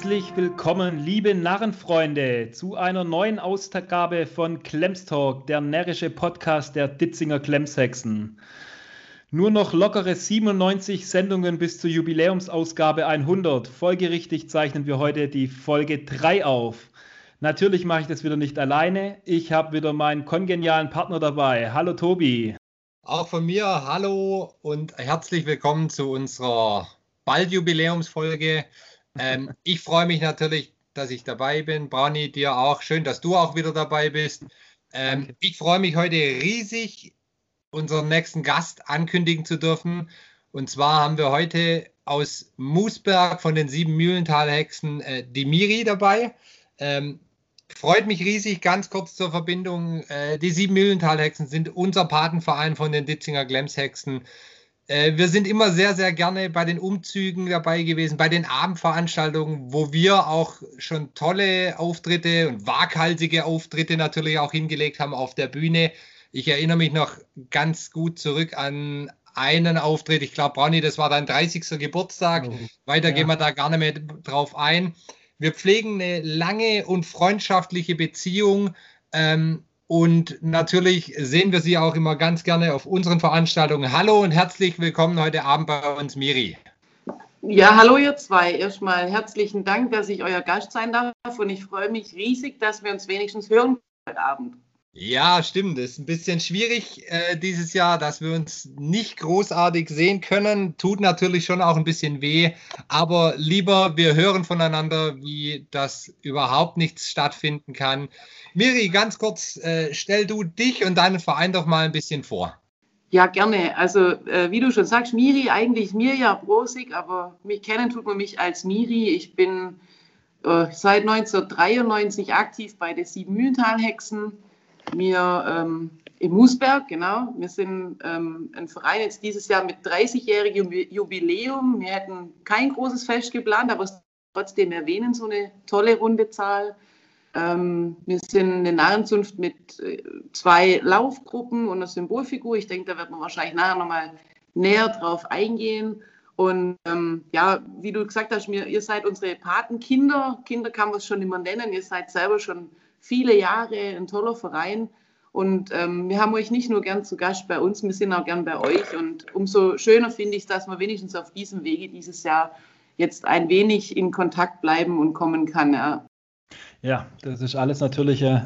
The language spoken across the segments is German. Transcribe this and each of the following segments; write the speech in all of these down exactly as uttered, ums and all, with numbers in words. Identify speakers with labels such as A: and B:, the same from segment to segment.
A: Herzlich willkommen, liebe Narrenfreunde, zu einer neuen Ausgabe von Klemstalk, der närrische Podcast der Ditzinger Klemshexen. Nur noch lockere siebenundneunzig Sendungen bis zur Jubiläumsausgabe hundert. Folgerichtig zeichnen wir heute die Folge drei auf. Natürlich mache ich das wieder nicht alleine. Ich habe wieder meinen kongenialen Partner dabei. Hallo Tobi.
B: Auch von mir hallo und herzlich willkommen zu unserer bald Jubiläumsfolge. Ähm, ich freue mich natürlich, dass ich dabei bin. Brani, dir auch. Schön, dass du auch wieder dabei bist. Ähm, ich freue mich heute riesig, unseren nächsten Gast ankündigen zu dürfen. Und zwar haben wir heute aus Moosberg von den Siebenmühlental-Hexen äh, die Miri dabei. Ähm, freut mich riesig, ganz kurz zur Verbindung. Äh, die Siebenmühlental-Hexen sind unser Patenverein von den Ditzinger Klemshexen. Äh, wir sind immer sehr, sehr gerne bei den Umzügen dabei gewesen, bei den Abendveranstaltungen, wo wir auch schon tolle Auftritte und waghalsige Auftritte natürlich auch hingelegt haben auf der Bühne. Ich erinnere mich noch ganz gut zurück an einen Auftritt. Ich glaube, Brownie, das war dein dreißigster Geburtstag. Oh, Weiter ja. Gehen wir da gar nicht mehr drauf ein. Wir pflegen eine lange und freundschaftliche Beziehung ähm, und natürlich sehen wir sie auch immer ganz gerne auf unseren Veranstaltungen. Hallo und herzlich willkommen heute Abend bei uns, Miri.
C: Ja, hallo ihr zwei. Erstmal herzlichen Dank, dass ich euer Gast sein darf und ich freue mich riesig, dass wir uns wenigstens hören heute Abend.
B: Ja, stimmt. Es ist ein bisschen schwierig äh, dieses Jahr, dass wir uns nicht großartig sehen können. Tut natürlich schon auch ein bisschen weh. Aber lieber, wir hören voneinander, wie das überhaupt nichts stattfinden kann. Miri, ganz kurz, äh, stell du dich und deinen Verein doch mal ein bisschen vor.
C: Ja, gerne. Also, äh, wie du schon sagst, Miri, eigentlich Mirja Brosig, aber mich kennen tut man mich als Miri. Ich bin äh, seit neunzehnhundertdreiundneunzig aktiv bei den Siebenmühlental-Hexen. Wir ähm, in Moosberg, genau. Wir sind ähm, ein Verein jetzt dieses Jahr mit dreißigjährigem Jubiläum. Wir hätten kein großes Fest geplant, aber trotzdem erwähnen so eine tolle runde Zahl. Ähm, wir sind eine Narrenzunft mit äh, zwei Laufgruppen und einer Symbolfigur. Ich denke, da wird man wahrscheinlich nachher nochmal näher drauf eingehen. Und ähm, ja, wie du gesagt hast, mir, ihr seid unsere Patenkinder. Kinder kann man es schon immer nennen. Ihr seid selber schon viele Jahre ein toller Verein und ähm, wir haben euch nicht nur gern zu Gast bei uns, wir sind auch gern bei euch und umso schöner finde ich es, dass man wenigstens auf diesem Wege dieses Jahr jetzt ein wenig in Kontakt bleiben und kommen kann. Ja,
A: ja das ist alles natürlich äh,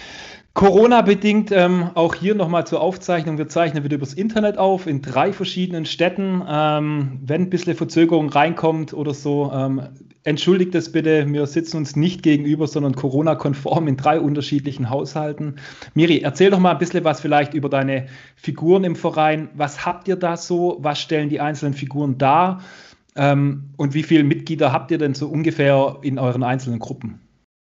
A: Corona-bedingt. Ähm, auch hier nochmal zur Aufzeichnung. Wir zeichnen wieder übers Internet auf in drei verschiedenen Städten. Ähm, wenn ein bisschen Verzögerung reinkommt oder so, ähm, entschuldigt das bitte. Wir sitzen uns nicht gegenüber, sondern Corona-konform in drei unterschiedlichen Haushalten. Miri, erzähl doch mal ein bisschen was vielleicht über deine Figuren im Verein. Was habt ihr da so? Was stellen die einzelnen Figuren dar? Ähm, und wie viele Mitglieder habt ihr denn so ungefähr in euren einzelnen Gruppen?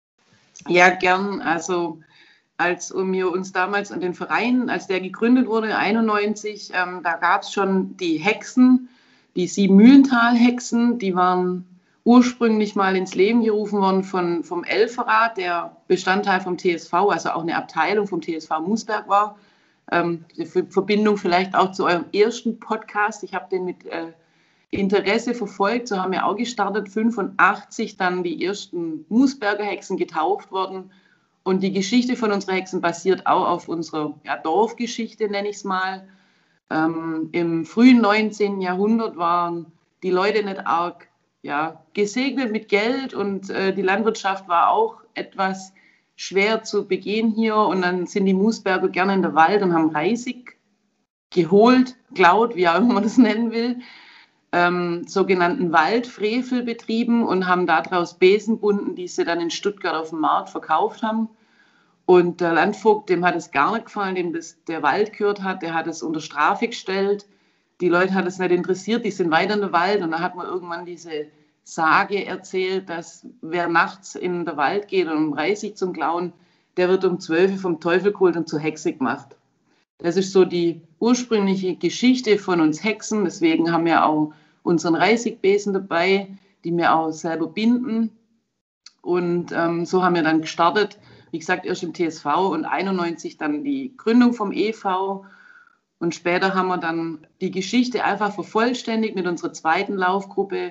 C: Ja, gern. Also als wir uns damals an den Verein, als der gegründet wurde, einundneunzig, ähm, da gab es schon die Hexen, die Siebenmühlental-Hexen, die waren ursprünglich mal ins Leben gerufen worden von, vom Elferrat, der Bestandteil vom T S V, also auch eine Abteilung vom T S V Moosberg war. Ähm, die Verbindung vielleicht auch zu eurem ersten Podcast. Ich habe den mit äh, Interesse verfolgt. So haben wir auch gestartet, fünfundachtzig dann die ersten Moosberger Hexen getauft worden. Und die Geschichte von unseren Hexen basiert auch auf unserer ja, Dorfgeschichte, nenne ich es mal. Ähm, Im frühen neunzehnten Jahrhundert waren die Leute nicht arg ja, gesegnet mit Geld und äh, die Landwirtschaft war auch etwas schwer zu begehen hier. Und dann sind die Moosberger gerne in den Wald und haben Reisig geholt, klaut, wie auch immer man das nennen will, ähm, sogenannten Waldfrevel betrieben und haben daraus Besen gebunden, die sie dann in Stuttgart auf dem Markt verkauft haben. Und der Landvogt, dem hat es gar nicht gefallen, dem das der Wald gehört hat, der hat es unter Strafe gestellt. Die Leute hat es nicht interessiert, die sind weiter in den Wald und da hat man irgendwann diese Sage erzählt, dass wer nachts in den Wald geht, um Reisig zu klauen, der wird um zwölf vom Teufel geholt und zur Hexe gemacht. Das ist so die ursprüngliche Geschichte von uns Hexen, deswegen haben wir auch unseren Reisigbesen dabei, die wir auch selber binden und ähm, so haben wir dann gestartet, wie gesagt, erst im T S V und einundneunzig dann die Gründung vom E V. Und später haben wir dann die Geschichte einfach vervollständigt mit unserer zweiten Laufgruppe,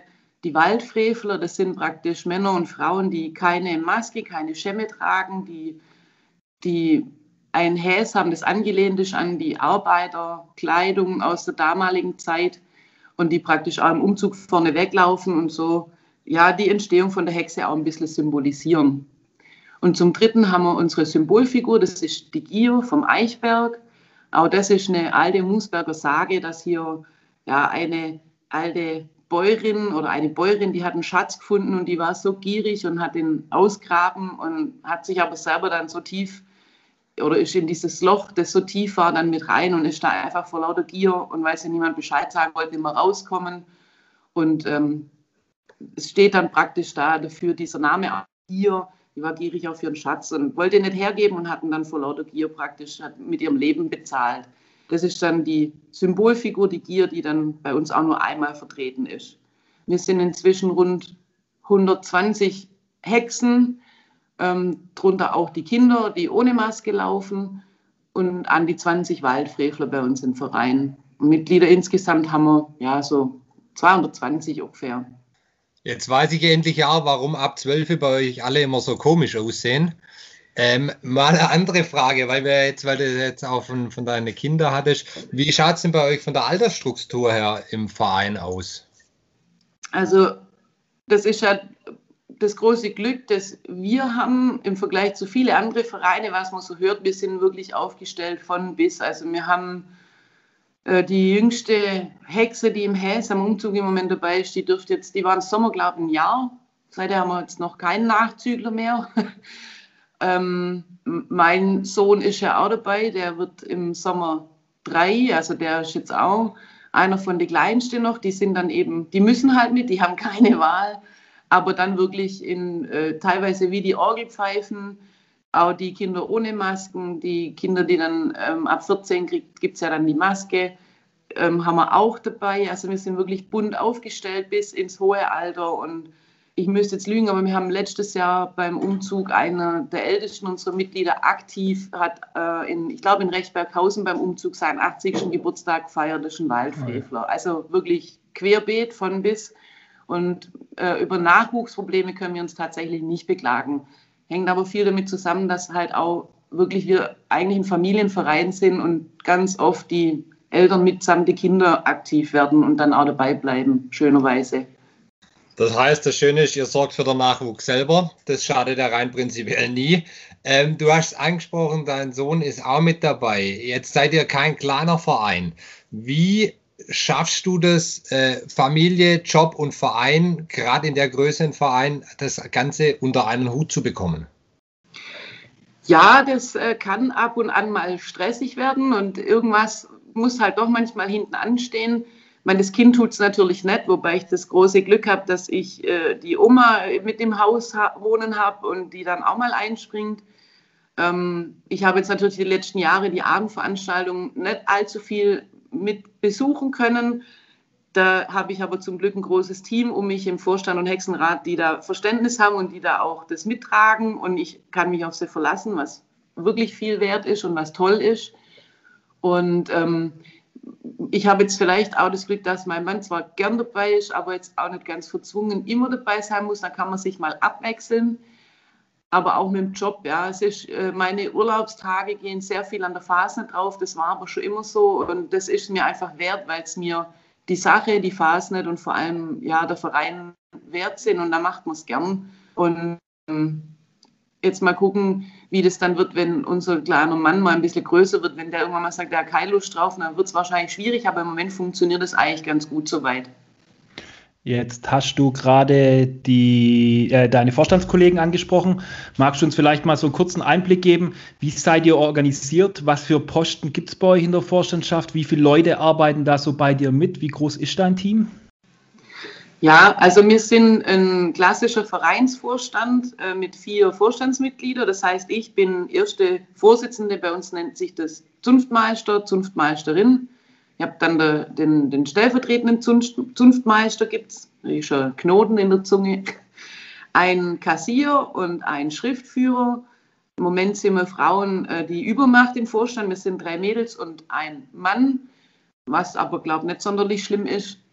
C: Die Waldfrevler, das sind praktisch Männer und Frauen, die keine Maske, keine Schemme tragen, die, die ein Häs haben, das angelehnt ist an die Arbeiterkleidung aus der damaligen Zeit und die praktisch auch im Umzug vorne weglaufen und so, ja, die Entstehung von der Hexe auch ein bisschen symbolisieren. Und zum Dritten haben wir unsere Symbolfigur, das ist die Gier vom Eichberg. Auch das ist eine alte Musberger Sage, dass hier ja eine alte Bäuerin oder eine Bäuerin, die hat einen Schatz gefunden und die war so gierig und hat ihn ausgraben und hat sich aber selber dann so tief oder ist in dieses Loch, das so tief war, dann mit rein und ist da einfach vor lauter Gier und weil sie niemand Bescheid sagen wollte, immer rauskommen. Und ähm, es steht dann praktisch da dafür dieser Name Gier, die war gierig auf ihren Schatz und wollte ihn nicht hergeben und hatten dann vor lauter Gier praktisch hat mit ihrem Leben bezahlt. Das ist dann die Symbolfigur, die Gier, die dann bei uns auch nur einmal vertreten ist. Wir sind inzwischen rund hundertzwanzig Hexen, ähm, darunter auch die Kinder, die ohne Maske laufen und an die zwanzig Waldfrevler bei uns im Verein. Mitglieder insgesamt haben wir ja so zweihundertzwanzig ungefähr.
B: Jetzt weiß ich endlich auch, warum ab zwölf bei euch alle immer so komisch aussehen. Ähm, mal eine andere Frage, weil wir jetzt, weil du jetzt auch von, von deinen Kindern hattest, wie schaut es denn bei euch von der Altersstruktur her im Verein aus?
C: Also das ist ja das große Glück, das wir haben im Vergleich zu vielen anderen Vereinen, was man so hört, wir sind wirklich aufgestellt von bis. Also wir haben äh, die jüngste Hexe, die im Häs am Umzug im Moment dabei ist, die dürfte jetzt, die war im Sommer, glaube ich, ein Jahr. Seitdem haben wir jetzt noch keinen Nachzügler mehr. ähm, mein Sohn ist ja auch dabei, der wird im Sommer drei, also der ist jetzt auch einer von den Kleinsten noch. Die sind dann eben, die müssen halt mit, die haben keine Wahl. Aber dann wirklich in äh, teilweise wie die Orgelpfeifen, auch die Kinder ohne Masken, die Kinder, die dann ähm, ab vierzehn kriegt, gibt es ja dann die Maske, ähm, haben wir auch dabei. Also wir sind wirklich bunt aufgestellt bis ins hohe Alter. Und ich müsste jetzt lügen, aber wir haben letztes Jahr beim Umzug einer der ältesten unserer Mitglieder aktiv, hat äh, in, ich glaube in Rechtberghausen beim Umzug seinen achtzigsten Geburtstag gefeiert, das ist ein Waldfrevler. Also wirklich querbeet von bis. Und äh, über Nachwuchsprobleme können wir uns tatsächlich nicht beklagen. Hängt aber viel damit zusammen, dass halt auch wirklich wir eigentlich ein Familienverein sind und ganz oft die Eltern mitsamt die Kinder aktiv werden und dann auch dabei bleiben, schönerweise.
B: Das heißt, das Schöne ist, ihr sorgt für den Nachwuchs selber. Das schadet ja rein prinzipiell nie. Ähm, du hast angesprochen, dein Sohn ist auch mit dabei. Jetzt seid ihr kein kleiner Verein. Wie schaffst du das, äh, Familie, Job und Verein, gerade in der größeren Verein, das Ganze unter einen Hut zu bekommen?
C: Ja, das äh, kann ab und an mal stressig werden und irgendwas muss halt doch manchmal hinten anstehen. Ich meine, das Kind tut es natürlich nicht, wobei ich das große Glück habe, dass ich äh, die Oma mit im Haus ha- wohnen habe und die dann auch mal einspringt. Ähm, ich habe jetzt natürlich die letzten Jahre die Abendveranstaltungen nicht allzu viel mit besuchen können. Da habe ich aber zum Glück ein großes Team um mich im Vorstand und Hexenrat, die da Verständnis haben und die da auch das mittragen und ich kann mich auf sie verlassen, was wirklich viel wert ist und was toll ist. Und ähm, ich habe jetzt vielleicht auch das Glück, dass mein Mann zwar gern dabei ist, aber jetzt auch nicht ganz verzwungen immer dabei sein muss. Da kann man sich mal abwechseln. Aber auch mit dem Job, ja, es ist, äh, meine Urlaubstage gehen sehr viel an der Fasnet drauf, das war aber schon immer so und das ist mir einfach wert, weil es mir die Sache, die Fasnet und vor allem ja, der Verein wert sind und da macht man es gern. Und ähm, jetzt mal gucken, wie das dann wird, wenn unser kleiner Mann mal ein bisschen größer wird, wenn der irgendwann mal sagt, der hat keine Lust drauf, dann wird es wahrscheinlich schwierig, aber im Moment funktioniert das eigentlich ganz gut soweit.
A: Jetzt hast du gerade die, äh, deine Vorstandskollegen angesprochen. Magst du uns vielleicht mal so einen kurzen Einblick geben? Wie seid ihr organisiert? Was für Posten gibt es bei euch in der Vorstandschaft? Wie viele Leute arbeiten da so bei dir mit? Wie groß ist dein Team?
C: Ja, also wir sind ein klassischer Vereinsvorstand äh, mit vier Vorstandsmitgliedern. Das heißt, ich bin erste Vorsitzende. Bei uns nennt sich das Zunftmeister, Zunftmeisterin. Ich habe dann der, den, den stellvertretenden Zunft, Zunftmeister, gibt es, da ist ein Knoten in der Zunge, ein Kassier und ein Schriftführer. Im Moment sind wir Frauen äh, die Übermacht im Vorstand. Wir sind drei Mädels und ein Mann, was aber, glaube ich, nicht sonderlich schlimm ist.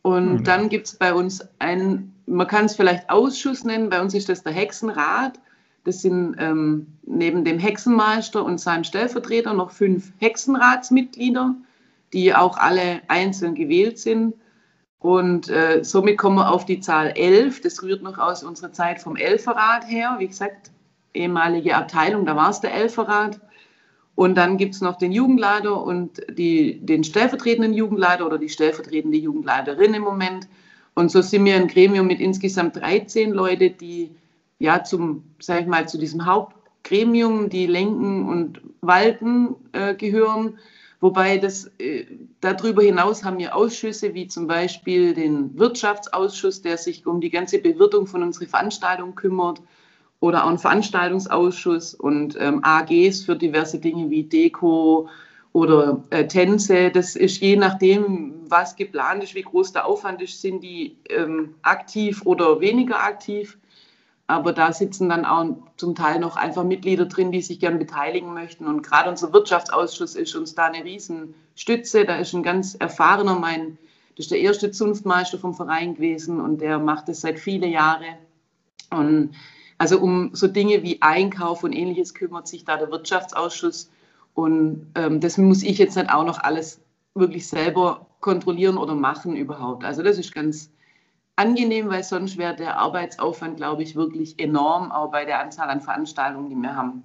C: Und
A: Hm.
C: dann gibt es bei uns einen, man kann es vielleicht Ausschuss nennen, bei uns ist das der Hexenrat. Das sind ähm, neben dem Hexenmeister und seinem Stellvertreter noch fünf Hexenratsmitglieder, die auch alle einzeln gewählt sind. Und äh, somit kommen wir auf die Zahl elf. Das rührt noch aus unserer Zeit vom Elferrat her. Wie gesagt, ehemalige Abteilung, da war es der Elferrat. Und dann gibt es noch den Jugendleiter und die, den stellvertretenden Jugendleiter oder die stellvertretende Jugendleiterin im Moment. Und so sind wir ein Gremium mit insgesamt dreizehn Leute, die ja zum, sag ich mal, zu diesem Hauptgremium, die lenken und walten, äh, gehören. Wobei das, äh, darüber hinaus haben wir Ausschüsse, wie zum Beispiel den Wirtschaftsausschuss, der sich um die ganze Bewirtung von unserer Veranstaltung kümmert, oder auch einen Veranstaltungsausschuss und ähm, A Gs für diverse Dinge wie Deko oder äh, Tänze. Das ist je nachdem, was geplant ist, wie groß der Aufwand ist, sind die ähm, aktiv oder weniger aktiv. Aber da sitzen dann auch zum Teil noch einfach Mitglieder drin, die sich gern beteiligen möchten. Und gerade unser Wirtschaftsausschuss ist uns da eine Riesenstütze. Da ist ein ganz erfahrener, mein, das ist der erste Zunftmeister vom Verein gewesen und der macht das seit vielen Jahren. Und also um so Dinge wie Einkauf und Ähnliches kümmert sich da der Wirtschaftsausschuss. Und ähm, das muss ich jetzt nicht auch noch alles wirklich selber kontrollieren oder machen überhaupt. Also das ist ganz angenehm, weil sonst wäre der Arbeitsaufwand, glaube ich, wirklich enorm, auch bei der Anzahl an Veranstaltungen, die wir haben.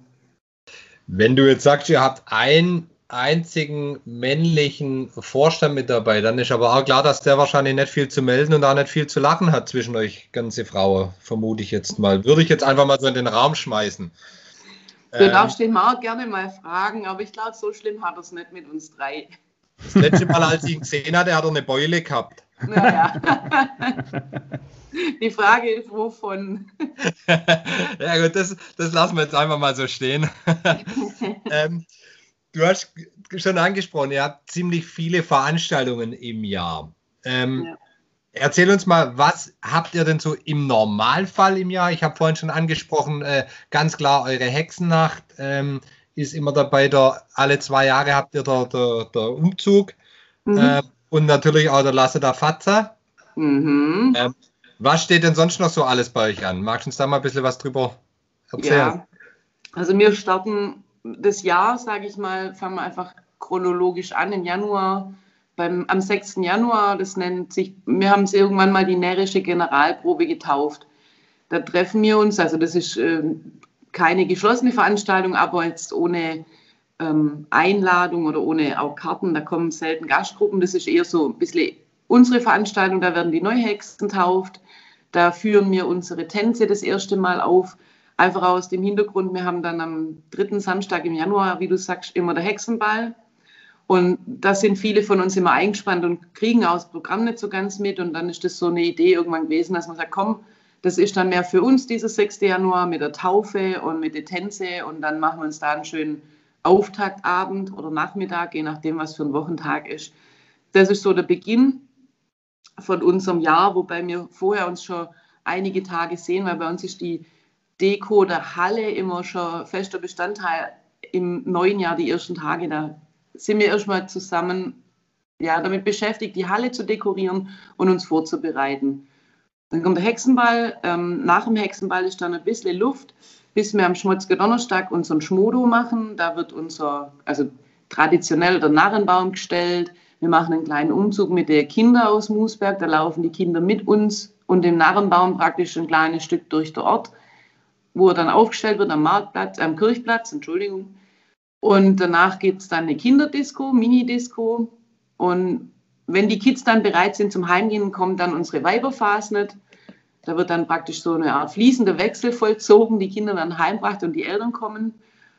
B: Wenn du jetzt sagst, ihr habt einen einzigen männlichen Vorstand mit dabei, dann ist aber auch klar, dass der wahrscheinlich nicht viel zu melden und auch nicht viel zu lachen hat zwischen euch ganze Frauen, vermute ich jetzt mal. Würde ich jetzt einfach mal so in den Raum schmeißen.
C: Du ähm, darfst den Marc gerne mal fragen, aber ich glaube, so schlimm hat er es nicht mit uns drei.
B: Das letzte Mal, als ich ihn gesehen hatte, hat er eine Beule gehabt.
C: Naja. Die Frage ist, wovon?
B: Ja gut, das, das lassen wir jetzt einfach mal so stehen. ähm, du hast schon angesprochen, ihr habt ziemlich viele Veranstaltungen im Jahr. Ähm, ja. Erzähl uns mal, was habt ihr denn so im Normalfall im Jahr? Ich habe vorhin schon angesprochen, äh, ganz klar eure Hexennacht ähm, ist immer dabei, der, alle zwei Jahre habt ihr der, der, der Umzug mhm. äh, und natürlich auch der Lasse da Fatza.
C: Mhm.
B: Ähm, was steht denn sonst noch so alles bei euch an? Magst du uns da mal ein bisschen was drüber erzählen?
C: Ja, also wir starten das Jahr, sage ich mal, fangen wir einfach chronologisch an im Januar. Beim, am sechsten Januar, das nennt sich, wir haben es irgendwann mal die närrische Generalprobe getauft. Da treffen wir uns, also das ist äh, keine geschlossene Veranstaltung, aber jetzt ohne ähm, Einladung oder ohne auch Karten, da kommen selten Gastgruppen, das ist eher so ein bisschen unsere Veranstaltung, da werden die Neuhexen tauft, da führen wir unsere Tänze das erste Mal auf, einfach aus dem Hintergrund, wir haben dann am dritten Samstag im Januar, wie du sagst, immer der Hexenball. Und da sind viele von uns immer eingespannt und kriegen auch das Programm nicht so ganz mit. Und dann ist das so eine Idee irgendwann gewesen, dass man sagt, komm, das ist dann mehr für uns dieser sechste Januar mit der Taufe und mit den Tänze. Und dann machen wir uns da einen schönen Auftaktabend oder Nachmittag, je nachdem, was für ein Wochentag ist. Das ist so der Beginn von unserem Jahr, wobei wir vorher uns schon einige Tage sehen, weil bei uns ist die Deko der Halle immer schon fester Bestandteil im neuen Jahr, die ersten Tage da. Sind wir erstmal zusammen ja, damit beschäftigt, die Halle zu dekorieren und uns vorzubereiten. Dann kommt der Hexenball. Ähm, nach dem Hexenball ist dann ein bisschen Luft, bis wir am Schmotzger Donnerstag unseren Schmodo machen. Da wird unser, also traditionell der Narrenbaum gestellt. Wir machen einen kleinen Umzug mit den Kindern aus Moosberg. Da laufen die Kinder mit uns und dem Narrenbaum praktisch ein kleines Stück durch den Ort, wo er dann aufgestellt wird am Marktplatz, am Kirchplatz, Entschuldigung. Und danach gibt es dann eine Kinderdisco, Mini-Disco. Und wenn die Kids dann bereit sind zum Heimgehen, kommt dann unsere Weiberfasnet. Da wird dann praktisch so eine Art fließender Wechsel vollzogen, die Kinder dann heimbracht und die Eltern kommen.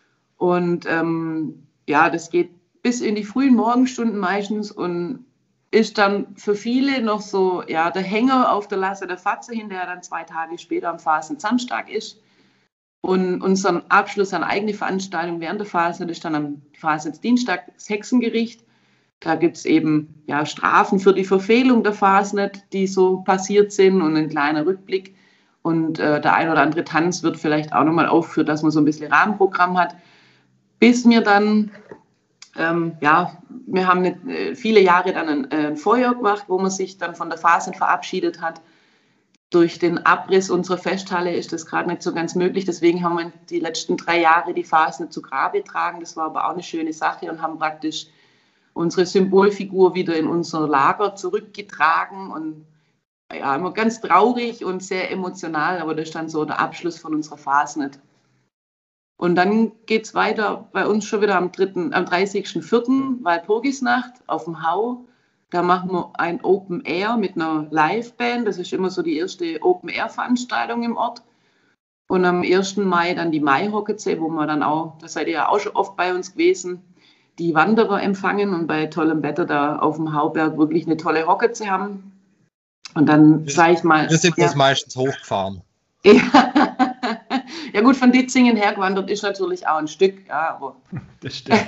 C: Und ähm, ja, das geht bis in die frühen Morgenstunden meistens und ist dann für viele noch so ja, der Hänger auf der Lasse der Fatze hin, der dann zwei Tage später am Fasen-Samstag ist. Und unseren Abschluss an eigene Veranstaltung während der Phase, das ist dann am Fasnetsdienstag das Hexengericht. Da gibt es eben ja, Strafen für die Verfehlung der Fasnet, die so passiert sind und ein kleiner Rückblick. Und äh, der ein oder andere Tanz wird vielleicht auch nochmal aufgeführt, dass man so ein bisschen Rahmenprogramm hat. Bis wir dann Ähm, ja, wir haben nicht, äh, viele Jahre dann ein, äh, ein Vorjahr gemacht, wo man sich dann von der Phasen verabschiedet hat. Durch den Abriss unserer Festhalle ist das gerade nicht so ganz möglich. Deswegen haben wir die letzten drei Jahre die Phasen zu Grabe getragen. Das war aber auch eine schöne Sache und haben praktisch unsere Symbolfigur wieder in unser Lager zurückgetragen. Und ja, immer ganz traurig und sehr emotional, aber das ist dann so der Abschluss von unserer Phase nicht. Und dann geht es weiter bei uns schon wieder am, dritten, am dreißigsten vierten Walpurgisnacht auf dem Hau. Da machen wir ein Open Air mit einer Liveband. Das ist immer so die erste Open Air Veranstaltung im Ort. Und am ersten Mai dann die Mai-Hockeze, wo wir dann auch, da seid ihr ja auch schon oft bei uns gewesen, die Wanderer empfangen und bei tollem Wetter da auf dem Hauberg wirklich eine tolle Hockeze haben. Und dann sage ich mal...
B: Wir sind
C: ja,
B: das meistens hochgefahren.
C: Ja. Ja gut, von Ditzingen hergewandert ist natürlich auch ein Stück, ja, aber...
A: Das stimmt.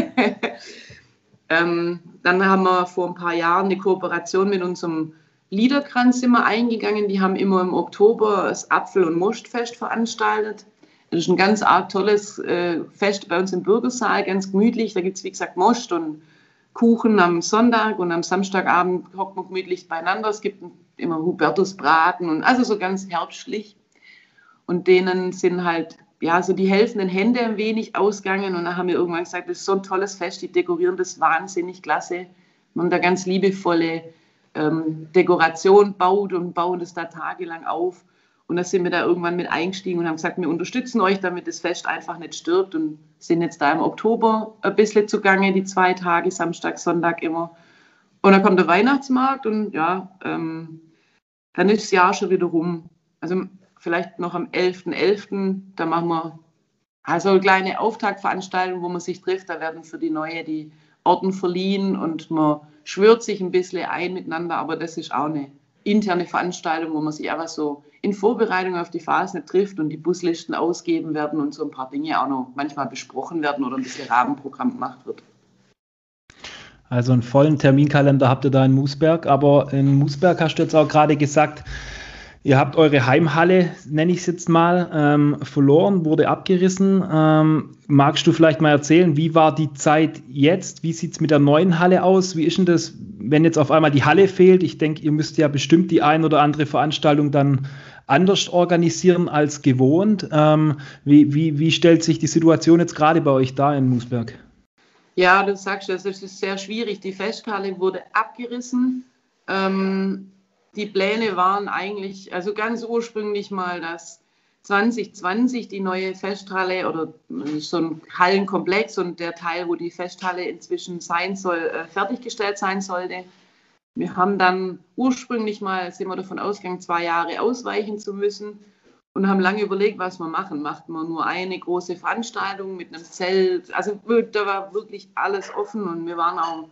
C: ähm, dann haben wir vor ein paar Jahren eine Kooperation mit unserem Liederkranz immer eingegangen. Die haben immer im Oktober das Apfel- und Mostfest veranstaltet. Das ist ein ganz arg tolles äh, Fest bei uns im Bürgersaal, ganz gemütlich. Da gibt es, wie gesagt, Most und Kuchen am Sonntag und am Samstagabend hockt man gemütlich beieinander. Es gibt immer Hubertusbraten und also so ganz herbstlich. Und denen sind halt, ja, so die helfenden Hände ein wenig ausgegangen. Und dann haben wir irgendwann gesagt, das ist so ein tolles Fest, die dekorieren das wahnsinnig klasse. Wir haben da ganz liebevolle ähm, Dekoration baut und bauen das da tagelang auf. Und da sind wir da irgendwann mit eingestiegen und haben gesagt, wir unterstützen euch, damit das Fest einfach nicht stirbt. Und sind jetzt da im Oktober ein bisschen zugange, die zwei Tage, Samstag, Sonntag immer. Und dann kommt der Weihnachtsmarkt und ja, ähm, dann ist das Jahr schon wieder rum. Also vielleicht noch am elften elften Da machen wir also eine kleine Auftaktveranstaltung, wo man sich trifft. Da werden für die Neue die Orden verliehen und man schwört sich ein bisschen ein miteinander. Aber das ist auch eine interne Veranstaltung, wo man sich einfach so in Vorbereitung auf die Phase trifft und die Buslisten ausgeben werden und so ein paar Dinge auch noch manchmal besprochen werden oder ein bisschen Rahmenprogramm gemacht wird.
A: Also einen vollen Terminkalender habt ihr da in Moosberg, aber in Moosberg hast du jetzt auch gerade gesagt, ihr habt eure Heimhalle, nenne ich es jetzt mal, ähm, verloren, wurde abgerissen. Ähm, magst du vielleicht mal erzählen, wie war die Zeit jetzt? Wie sieht es mit der neuen Halle aus? Wie ist denn das, wenn jetzt auf einmal die Halle fehlt? Ich denke, ihr müsst ja bestimmt die ein oder andere Veranstaltung dann anders organisieren als gewohnt. Ähm, wie, wie, wie stellt sich die Situation jetzt gerade bei euch da in Moosberg?
C: Ja, du sagst, das ist sehr schwierig. Die Festhalle wurde abgerissen. Ähm, die Pläne waren eigentlich, also ganz ursprünglich mal, dass zwanzig zwanzig die neue Festhalle oder so ein Hallenkomplex und der Teil, wo die Festhalle inzwischen sein soll, äh, fertiggestellt sein sollte. Wir haben dann ursprünglich mal, sind wir davon ausgegangen, zwei Jahre ausweichen zu müssen und haben lange überlegt, was wir machen. Macht man nur eine große Veranstaltung mit einem Zelt? Also da war wirklich alles offen und wir waren auch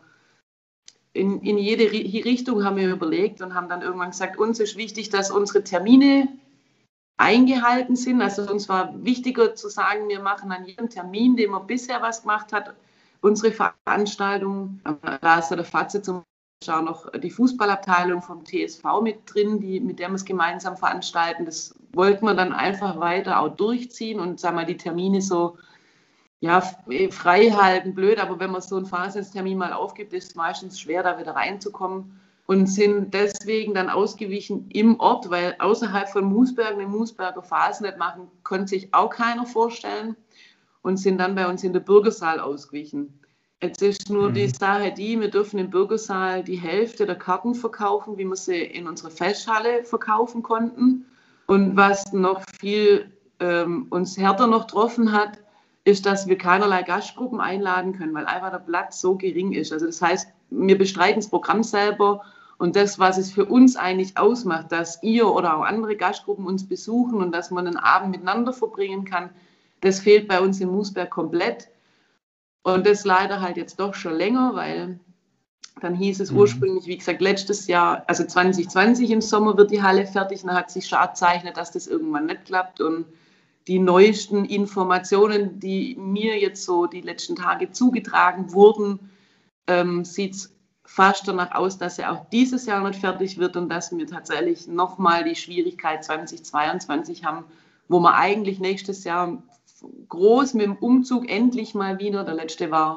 C: in, in jede Richtung haben wir überlegt und haben dann irgendwann gesagt, uns ist wichtig, dass unsere Termine eingehalten sind. Also uns war wichtiger zu sagen, wir machen an jedem Termin, den man bisher was gemacht hat, unsere Veranstaltung. Da ist der Fatze zum Beispiel auch noch die Fußballabteilung vom T S V mit drin, die, mit der wir es gemeinsam veranstalten. Das wollten wir dann einfach weiter auch durchziehen und sagen wir, die Termine so ja, frei halten, blöd, aber wenn man so einen Phasentermin mal aufgibt, ist es meistens schwer, da wieder reinzukommen und sind deswegen dann ausgewichen im Ort, weil außerhalb von Moosberg eine Moosberger Phase nicht machen, konnte sich auch keiner vorstellen und sind dann bei uns in der Bürgersaal ausgewichen. Jetzt ist nur mhm. die Sache die, wir dürfen im Bürgersaal die Hälfte der Karten verkaufen, wie wir sie in unserer Festhalle verkaufen konnten. Und was noch viel ähm, uns härter noch getroffen hat, ist, dass wir keinerlei Gastgruppen einladen können, weil einfach der Platz so gering ist. Also das heißt, wir bestreiten das Programm selber und das, was es für uns eigentlich ausmacht, dass ihr oder auch andere Gastgruppen uns besuchen und dass man einen Abend miteinander verbringen kann, das fehlt bei uns in Moosberg komplett. Und das leider halt jetzt doch schon länger, weil dann hieß es mhm. ursprünglich, wie gesagt, letztes Jahr, also zwanzig zwanzig im Sommer wird die Halle fertig, und dann hat sich schon abzeichnet, dass das irgendwann nicht klappt und die neuesten Informationen, die mir jetzt so die letzten Tage zugetragen wurden, ähm, sieht es fast danach aus, dass er auch dieses Jahr nicht fertig wird und dass wir tatsächlich nochmal die Schwierigkeit zwanzig zweiundzwanzig haben, wo wir eigentlich nächstes Jahr groß mit dem Umzug endlich mal wieder, der letzte war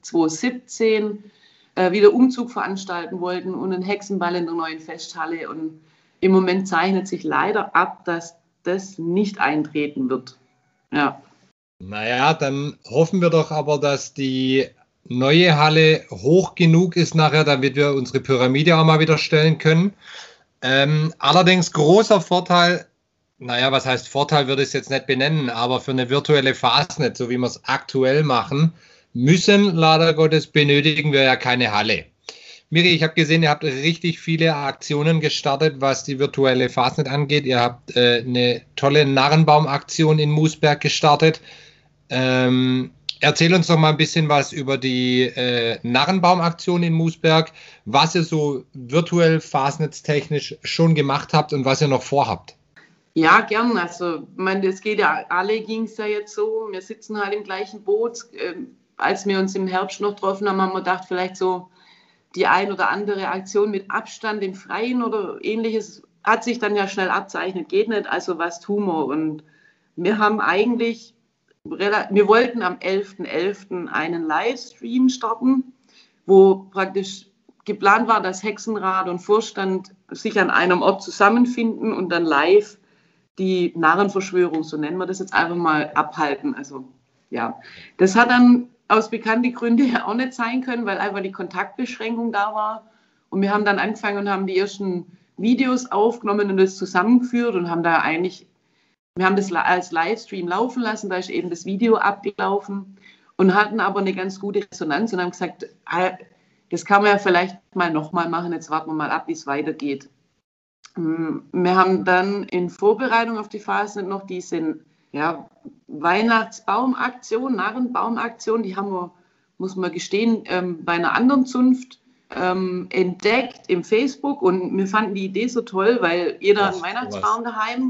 C: zweitausendsiebzehn äh, wieder Umzug veranstalten wollten und einen Hexenball in der neuen Festhalle. Und im Moment zeichnet sich leider ab, dass das nicht eintreten wird. Ja.
B: Naja, dann hoffen wir doch aber, dass die neue Halle hoch genug ist nachher, damit wir unsere Pyramide auch mal wieder stellen können. Ähm, allerdings großer Vorteil, naja, was heißt Vorteil, würde ich es jetzt nicht benennen, aber für eine virtuelle Fastnet, so wie wir es aktuell machen, müssen, leider Gottes, benötigen wir ja keine Halle. Miri, ich habe gesehen, ihr habt richtig viele Aktionen gestartet, was die virtuelle Fastnet angeht. Ihr habt äh, eine tolle Narrenbaum-Aktion in Moosberg gestartet. Ähm, erzähl uns doch mal ein bisschen was über die äh, Narrenbaum-Aktion in Moosberg, was ihr so virtuell fastnetztechnisch schon gemacht habt und was ihr noch vorhabt.
C: Ja, gern. Also, ich meine, das geht ja, alle ging es ja jetzt so. Wir sitzen halt im gleichen Boot. Ähm, als wir uns im Herbst noch getroffen haben, haben wir gedacht, vielleicht so die ein oder andere Aktion mit Abstand im Freien oder ähnliches hat sich dann ja schnell abzeichnet. Geht nicht, also was tun wir? Und wir haben eigentlich, wir wollten am elften elften einen Livestream starten, wo praktisch geplant war, dass Hexenrat und Vorstand sich an einem Ort zusammenfinden und dann live die Narrenverschwörung, so nennen wir das jetzt einfach mal, abhalten. Also ja, das hat dann aus bekannten Gründen ja auch nicht sein können, weil einfach die Kontaktbeschränkung da war. Und wir haben dann angefangen und haben die ersten Videos aufgenommen und das zusammengeführt und haben da eigentlich, wir haben das als Livestream laufen lassen, da ist eben das Video abgelaufen und hatten aber eine ganz gute Resonanz und haben gesagt, das kann man ja vielleicht mal nochmal machen, jetzt warten wir mal ab, wie es weitergeht. Wir haben dann in Vorbereitung auf die Fastnet noch diese ja, Weihnachtsbaumaktion, Narrenbaumaktion, die haben wir, muss man gestehen, ähm, bei einer anderen Zunft ähm, entdeckt im Facebook und wir fanden die Idee so toll, weil jeder hat einen Weihnachtsbaum daheim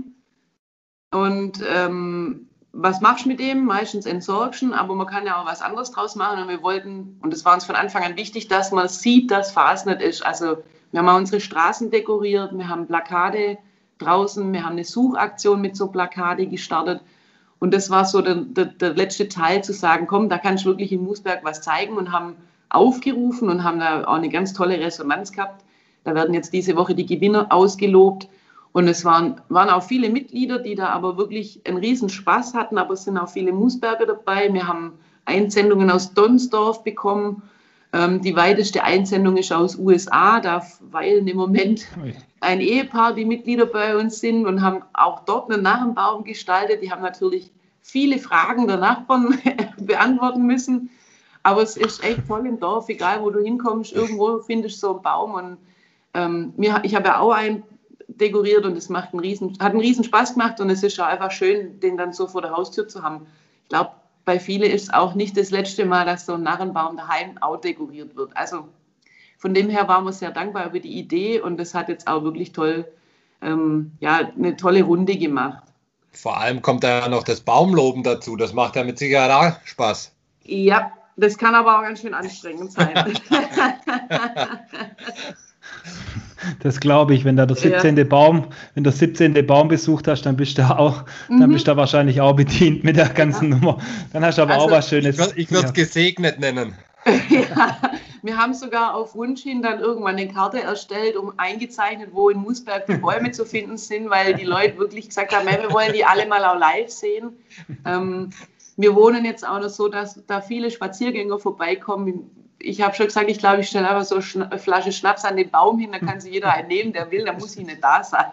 C: und ähm, was machst du mit dem? Meistens entsorgst du, aber man kann ja auch was anderes draus machen und wir wollten, und das war uns von Anfang an wichtig, dass man sieht, dass Fastnet ist. Also wir haben auch unsere Straßen dekoriert, wir haben Plakate draußen, wir haben eine Suchaktion mit so Plakate gestartet. Und das war so der, der, der letzte Teil, zu sagen, komm, da kannst du wirklich in Moosberg was zeigen und haben aufgerufen und haben da auch eine ganz tolle Resonanz gehabt. Da werden jetzt diese Woche die Gewinner ausgelobt und es waren, waren auch viele Mitglieder, die da aber wirklich einen riesen Spaß hatten, aber es sind auch viele Moosberger dabei. Wir haben Einsendungen aus Donsdorf bekommen. Ähm, die weiteste Einsendung ist aus U S A, da weilen im Moment ein Ehepaar, die Mitglieder bei uns sind und haben auch dort einen Narrenbaum gestaltet. Die haben natürlich viele Fragen der Nachbarn beantworten müssen. Aber es ist echt toll im Dorf, egal wo du hinkommst, irgendwo findest du so einen Baum. Und ähm, mir, ich habe ja auch einen dekoriert und es macht einen riesen, hat einen riesen Spaß gemacht und es ist ja einfach schön, den dann so vor der Haustür zu haben. Ich glaube, bei vielen ist es auch nicht das letzte Mal, dass so ein Narrenbaum daheim auch dekoriert wird. Also von dem her waren wir sehr dankbar über die Idee und das hat jetzt auch wirklich toll, ähm, ja, eine tolle Runde gemacht.
B: Vor allem kommt da ja noch das Baumloben dazu. Das macht ja mit Sicherheit auch Spaß.
C: Ja, das kann aber auch ganz schön anstrengend sein.
A: Das glaube ich, wenn da der siebzehnte Ja. Baum, wenn du siebzehnte Baum besucht hast, dann bist du auch, mhm. dann bist du wahrscheinlich auch bedient mit der ganzen ja. Nummer. Dann hast du aber also, auch was Schönes.
B: Ich würde es ja. gesegnet nennen.
C: Ja, wir haben sogar auf Wunsch hin dann irgendwann eine Karte erstellt, um eingezeichnet, wo in Moosberg die Bäume zu finden sind, weil die Leute wirklich gesagt haben, wir wollen die alle mal auch live sehen. Ähm, wir wohnen jetzt auch noch so, dass da viele Spaziergänger vorbeikommen. Ich habe schon gesagt, ich glaube, ich stelle einfach so eine Flasche Schnaps an den Baum hin, da kann sich jeder einen nehmen, der will, da muss ich nicht da sein.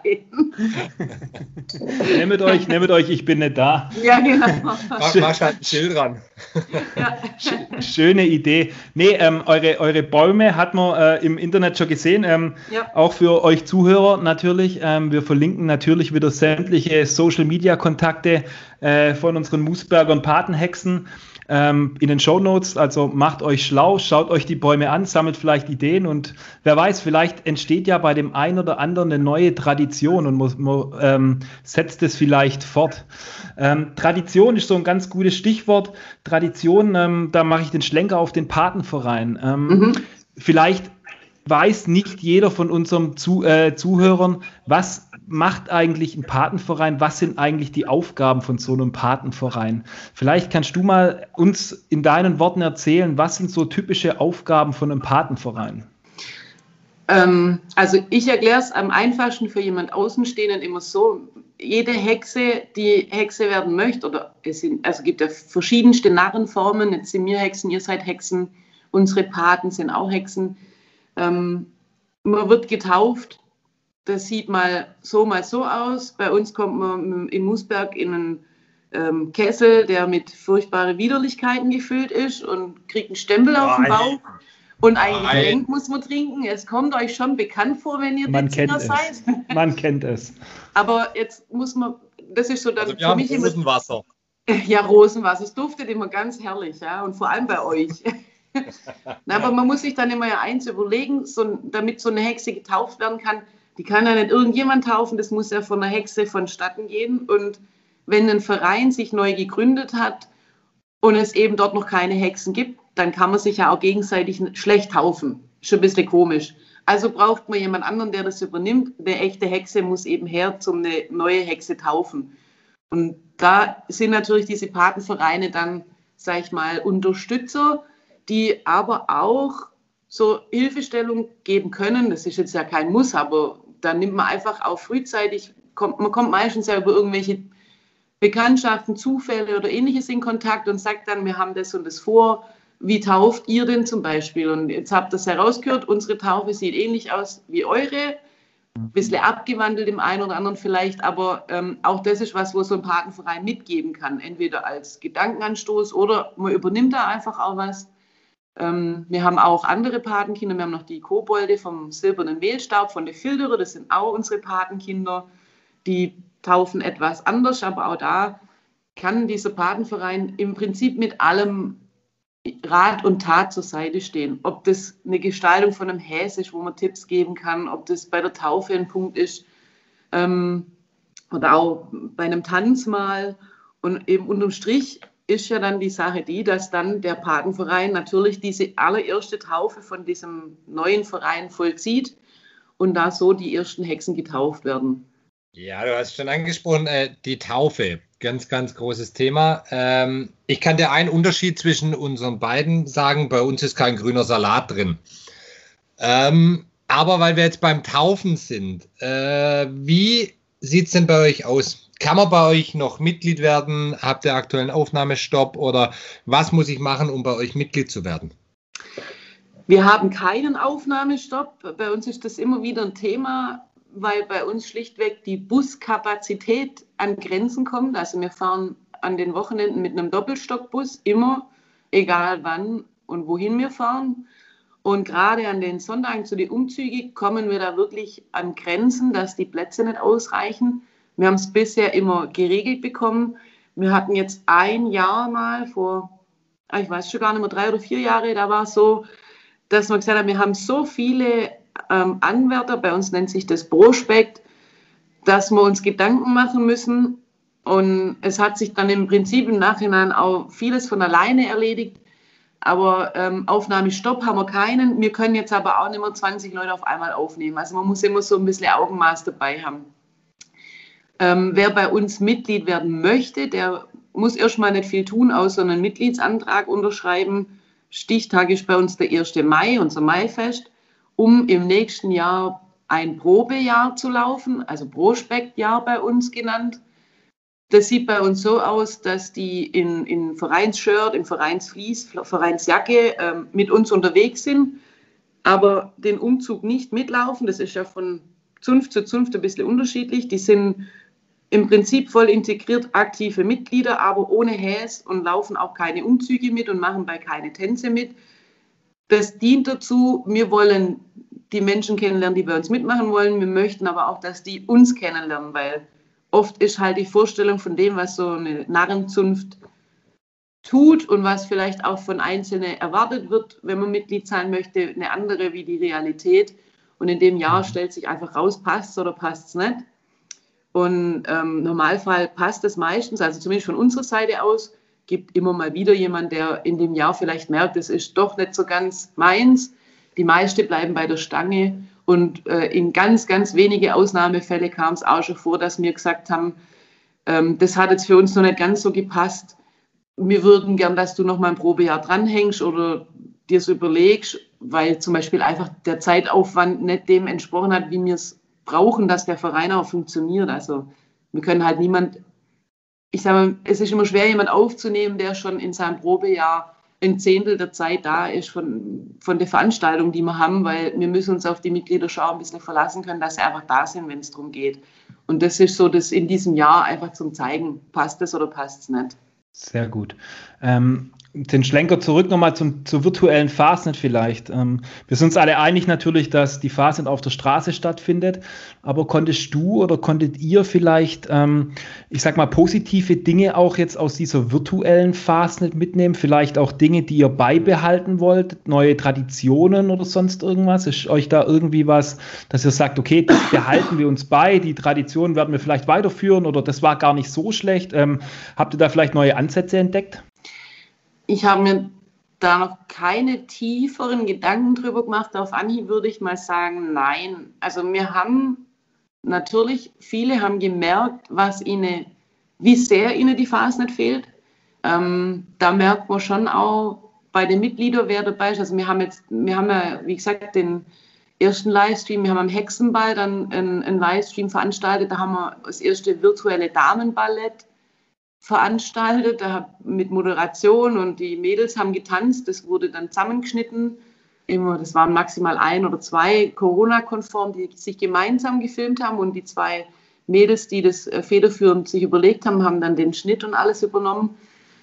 A: Nehmt euch, nehmt euch, ich bin nicht da.
C: Ja, genau.
B: Mach mal halt ein Schild dran.
A: Ja. Schöne Idee. Nee, ähm, eure, eure Bäume hat man äh, im Internet schon gesehen, ähm, ja. auch für euch Zuhörer natürlich. Ähm, wir verlinken natürlich wieder sämtliche Social-Media-Kontakte äh, von unseren Moosberger und Patenhexen in den Shownotes, also macht euch schlau, schaut euch die Bäume an, sammelt vielleicht Ideen und wer weiß, vielleicht entsteht ja bei dem einen oder anderen eine neue Tradition und man, man ähm, setzt es vielleicht fort. Ähm, Tradition ist so ein ganz gutes Stichwort. Tradition, ähm, da mache ich den Schlenker auf den Patenverein. Ähm, mhm. Vielleicht weiß nicht jeder von unseren Zu, äh, Zuhörern, was macht eigentlich ein Patenverein? Was sind eigentlich die Aufgaben von so einem Patenverein? Vielleicht kannst du mal uns in deinen Worten erzählen, was sind so typische Aufgaben von einem Patenverein?
C: Ähm, also ich erkläre es am einfachsten für jemand Außenstehenden immer so: Jede Hexe, die Hexe werden möchte, oder es sind, also gibt ja verschiedenste Narrenformen, jetzt sind wir Hexen, ihr seid Hexen, unsere Paten sind auch Hexen. Ähm, man wird getauft. Das sieht mal so, mal so aus. Bei uns kommt man in Musberg in einen ähm, Kessel, der mit furchtbaren Widerlichkeiten gefüllt ist, und kriegt einen Stempel auf den Bauch. Und ein Getränk muss man trinken. Es kommt euch schon bekannt vor, wenn ihr Betzinger seid.
A: Man kennt es.
C: Aber jetzt muss man, das ist so dann
B: also wir für mich
C: haben
B: Rosenwasser.
C: Immer, ja, Rosenwasser. Es duftet immer ganz herrlich, ja, und vor allem bei euch. Na, aber man muss sich dann immer ja eins überlegen, so, damit so eine Hexe getauft werden kann. Die kann ja nicht irgendjemand taufen, das muss ja von einer Hexe vonstatten gehen. Und wenn ein Verein sich neu gegründet hat und es eben dort noch keine Hexen gibt, dann kann man sich ja auch gegenseitig schlecht taufen. Schon ein bisschen komisch. Also braucht man jemand anderen, der das übernimmt. Eine echte Hexe muss eben her, zum eine neue Hexe taufen. Und da sind natürlich diese Patenvereine dann, sag ich mal, Unterstützer, die aber auch so Hilfestellung geben können. Das ist jetzt ja kein Muss, aber dann nimmt man einfach auch frühzeitig, kommt, man kommt meistens ja über irgendwelche Bekanntschaften, Zufälle oder Ähnliches in Kontakt und sagt dann, wir haben das und das vor. Wie tauft ihr denn zum Beispiel? Und jetzt habt ihr es herausgehört, unsere Taufe sieht ähnlich aus wie eure. Ein bisschen abgewandelt im einen oder anderen vielleicht, aber ähm, auch das ist was, wo so ein Patenverein mitgeben kann. Entweder als Gedankenanstoß oder man übernimmt da einfach auch was. Ähm, wir haben auch andere Patenkinder. Wir haben noch die Kobolde vom silbernen Mehlstaub, von der Filderer. Das sind auch unsere Patenkinder. Die taufen etwas anders, aber auch da kann dieser Patenverein im Prinzip mit allem Rat und Tat zur Seite stehen. Ob das eine Gestaltung von einem Häs ist, wo man Tipps geben kann, ob das bei der Taufe ein Punkt ist, ähm, oder auch bei einem Tanz mal. Und eben unterm Strich ist ja dann die Sache die, dass dann der Patenverein natürlich diese allererste Taufe von diesem neuen Verein vollzieht und da so die ersten Hexen getauft werden.
B: Ja, du hast schon angesprochen, äh, die Taufe. Ganz, ganz großes Thema. Ähm, ich kann dir einen Unterschied zwischen unseren beiden sagen. Bei uns ist kein grüner Salat drin. Ähm, aber weil wir jetzt beim Taufen sind, äh, wie sieht es denn bei euch aus? Kann man bei euch noch Mitglied werden? Habt ihr aktuellen Aufnahmestopp? Oder was muss ich machen, um bei euch Mitglied zu werden?
C: Wir haben keinen Aufnahmestopp. Bei uns ist das immer wieder ein Thema, weil bei uns schlichtweg die Buskapazität an Grenzen kommt. Also wir fahren an den Wochenenden mit einem Doppelstockbus, immer, egal wann und wohin wir fahren. Und gerade an den Sonntagen zu den Umzügen kommen wir da wirklich an Grenzen, dass die Plätze nicht ausreichen. Wir haben es bisher immer geregelt bekommen. Wir hatten jetzt ein Jahr mal vor, ich weiß schon gar nicht mehr, drei oder vier Jahre, da war es so, dass wir gesagt haben, wir haben so viele ähm, Anwärter, bei uns nennt sich das Prospekt, dass wir uns Gedanken machen müssen. Und es hat sich dann im Prinzip im Nachhinein auch vieles von alleine erledigt. Aber ähm, Aufnahmestopp haben wir keinen. Wir können jetzt aber auch nicht mehr zwanzig Leute auf einmal aufnehmen. Also man muss immer so ein bisschen Augenmaß dabei haben. Ähm, wer bei uns Mitglied werden möchte, der muss erstmal nicht viel tun, außer einen Mitgliedsantrag unterschreiben. Stichtag ist bei uns der erste Mai, unser Maifest, um im nächsten Jahr ein Probejahr zu laufen, also Prospektjahr bei uns genannt. Das sieht bei uns so aus, dass die in, in Vereinsshirt, im Vereinsflies, Vereinsjacke ähm, mit uns unterwegs sind, aber den Umzug nicht mitlaufen. Das ist ja von Zunft zu Zunft ein bisschen unterschiedlich. Die sind im Prinzip voll integriert aktive Mitglieder, aber ohne Häs und laufen auch keine Umzüge mit und machen bei keine Tänze mit. Das dient dazu, wir wollen die Menschen kennenlernen, die bei uns mitmachen wollen. Wir möchten aber auch, dass die uns kennenlernen, weil oft ist halt die Vorstellung von dem, was so eine Narrenzunft tut und was vielleicht auch von Einzelnen erwartet wird, wenn man Mitglied sein möchte, eine andere wie die Realität. Und in dem Jahr stellt sich einfach raus, passt es oder passt es nicht. Und ähm, im Normalfall passt es meistens, also zumindest von unserer Seite aus, gibt immer mal wieder jemand, der in dem Jahr vielleicht merkt, es ist doch nicht so ganz meins. Die meisten bleiben bei der Stange Und äh, in ganz, ganz wenige Ausnahmefälle kam es auch schon vor, dass wir gesagt haben, ähm, das hat jetzt für uns noch nicht ganz so gepasst. Wir würden gern, dass du noch mal ein Probejahr dranhängst oder dir es überlegst, weil zum Beispiel einfach der Zeitaufwand nicht dem entsprochen hat, wie wir es brauchen, dass der Verein auch funktioniert. Also wir können halt niemand, ich sage mal, es ist immer schwer, jemand aufzunehmen, der schon in seinem Probejahr ein Zehntel der Zeit da ist von, von der Veranstaltung, die wir haben, weil wir müssen uns auf die Mitglieder schon ein bisschen verlassen können, dass sie einfach da sind, wenn es darum geht. Und das ist so, das in diesem Jahr einfach zum Zeigen, passt es oder passt es nicht.
A: Sehr gut. Ähm, den Schlenker zurück nochmal zum, zur virtuellen Fastnet vielleicht. Ähm, wir sind uns alle einig natürlich, dass die Fastnet auf der Straße stattfindet, aber konntest du oder konntet ihr vielleicht, ähm, ich sag mal, positive Dinge auch jetzt aus dieser virtuellen Fastnet mitnehmen? Vielleicht auch Dinge, die ihr beibehalten wollt, neue Traditionen oder sonst irgendwas? Ist euch da irgendwie was, dass ihr sagt, okay, das behalten wir uns bei, die Traditionen werden wir vielleicht weiterführen oder das war gar nicht so schlecht? Ähm, habt ihr da vielleicht neue Ansätze entdeckt?
C: Ich habe mir da noch keine tieferen Gedanken drüber gemacht. Auf Anhieb würde ich mal sagen, nein. Also wir haben natürlich, viele haben gemerkt, was ihnen, wie sehr ihnen die Fastnet fehlt. Ähm, da merkt man schon auch bei den Mitgliedern, wer dabei ist. Also wir haben jetzt, wir haben ja, wie gesagt, den ersten Livestream, wir haben am Hexenball dann einen, einen Livestream veranstaltet. Da haben wir das erste virtuelle Damenballett veranstaltet, da mit Moderation und die Mädels haben getanzt, das wurde dann zusammengeschnitten, immer, das waren maximal ein oder zwei Corona-konform, die sich gemeinsam gefilmt haben und die zwei Mädels, die das federführend sich überlegt haben, haben dann den Schnitt und alles übernommen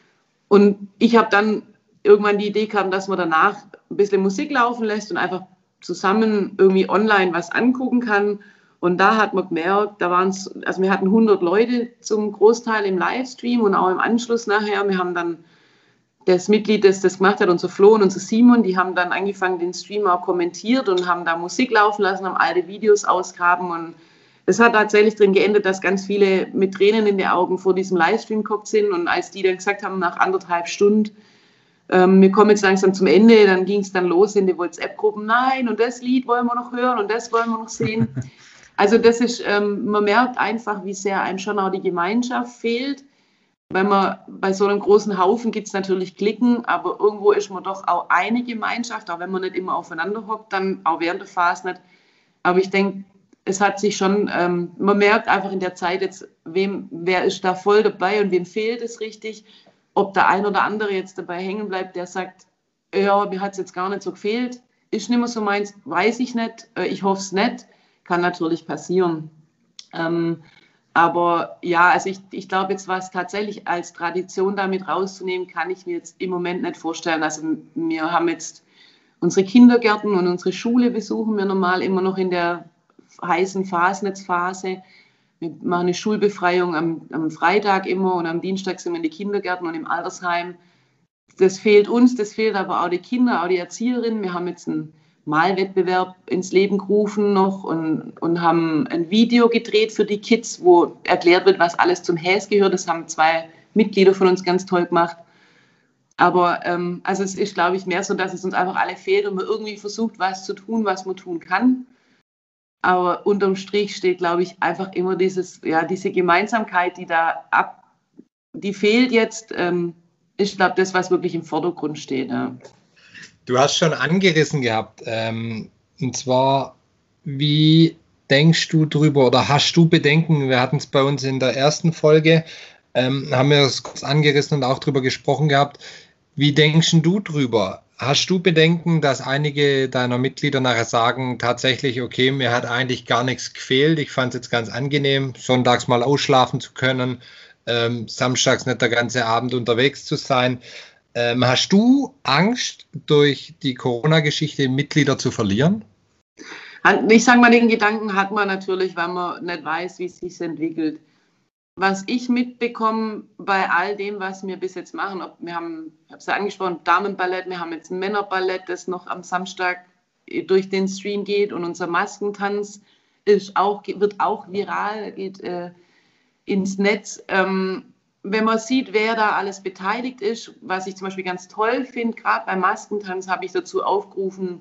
C: und ich habe dann irgendwann die Idee gehabt, dass man danach ein bisschen Musik laufen lässt und einfach zusammen irgendwie online was angucken kann. Und da hat man gemerkt, da waren es, also wir hatten hundert Leute zum Großteil im Livestream und auch im Anschluss nachher. Wir haben dann das Mitglied, das das gemacht hat, unser Flo und unser Simon, die haben dann angefangen, den Stream auch kommentiert und haben da Musik laufen lassen, haben alte Videos ausgraben. Und es hat tatsächlich drin geendet, dass ganz viele mit Tränen in den Augen vor diesem Livestream gekommen sind. Und als die dann gesagt haben, nach anderthalb Stunden, ähm, wir kommen jetzt langsam zum Ende, dann ging es dann los in die WhatsApp-Gruppen. Nein, und das Lied wollen wir noch hören und das wollen wir noch sehen. Also das ist, ähm, man merkt einfach, wie sehr einem schon auch die Gemeinschaft fehlt. Wenn man bei so einem großen Haufen gibt es natürlich Klicken, aber irgendwo ist man doch auch eine Gemeinschaft, auch wenn man nicht immer aufeinander hockt, dann auch während der Fastnet. Aber ich denke, es hat sich schon, ähm, man merkt einfach in der Zeit jetzt, wem, wer ist da voll dabei und wem fehlt es richtig. Ob der ein oder andere jetzt dabei hängen bleibt, der sagt, ja, mir hat es jetzt gar nicht so gefehlt, ist nicht mehr so meins, weiß ich nicht, äh, ich hoffe es nicht. Kann natürlich passieren. Ähm, aber ja, also ich, ich glaube jetzt, was tatsächlich als Tradition damit rauszunehmen, kann ich mir jetzt im Moment nicht vorstellen. Also wir haben jetzt unsere Kindergärten und unsere Schule besuchen wir normal immer noch in der heißen Fastnetz-Phase. Wir machen eine Schulbefreiung am, am Freitag immer und am Dienstag sind wir in die Kindergärten und im Altersheim. Das fehlt uns, das fehlt aber auch die Kinder, auch die Erzieherinnen. Wir haben jetzt einen Malwettbewerb ins Leben gerufen noch und, und haben ein Video gedreht für die Kids, wo erklärt wird, was alles zum Häs gehört. Das haben zwei Mitglieder von uns ganz toll gemacht. Aber ähm, also es ist, glaube ich, mehr so, dass es uns einfach alle fehlt und man irgendwie versucht, was zu tun, was man tun kann. Aber unterm Strich steht, glaube ich, einfach immer dieses, ja, diese Gemeinsamkeit, die da ab, die fehlt jetzt, ähm, ist, glaube ich, das, was wirklich im Vordergrund steht. Ja.
B: Du hast schon angerissen gehabt, ähm, und zwar, wie denkst du drüber oder hast du Bedenken? Wir hatten es bei uns in der ersten Folge, ähm, haben wir es kurz angerissen und auch drüber gesprochen gehabt. Wie denkst du drüber? Hast du Bedenken, dass einige deiner Mitglieder nachher sagen, tatsächlich, okay, mir hat eigentlich gar nichts gefehlt, ich fand es jetzt ganz angenehm, sonntags mal ausschlafen zu können, ähm, samstags nicht der ganze Abend unterwegs zu sein. Ähm, hast du Angst, durch die Corona-Geschichte Mitglieder zu verlieren?
C: Ich sage mal, den Gedanken hat man natürlich, weil man nicht weiß, wie es sich entwickelt. Was ich mitbekomme bei all dem, was wir bis jetzt machen, ob, wir haben, ich habe es ja angesprochen, Damenballett, wir haben jetzt ein Männerballett, das noch am Samstag durch den Stream geht und unser Maskentanz ist auch, wird auch viral, geht äh, ins Netz. Ähm, wenn man sieht, wer da alles beteiligt ist, was ich zum Beispiel ganz toll finde, gerade beim Maskentanz habe ich dazu aufgerufen,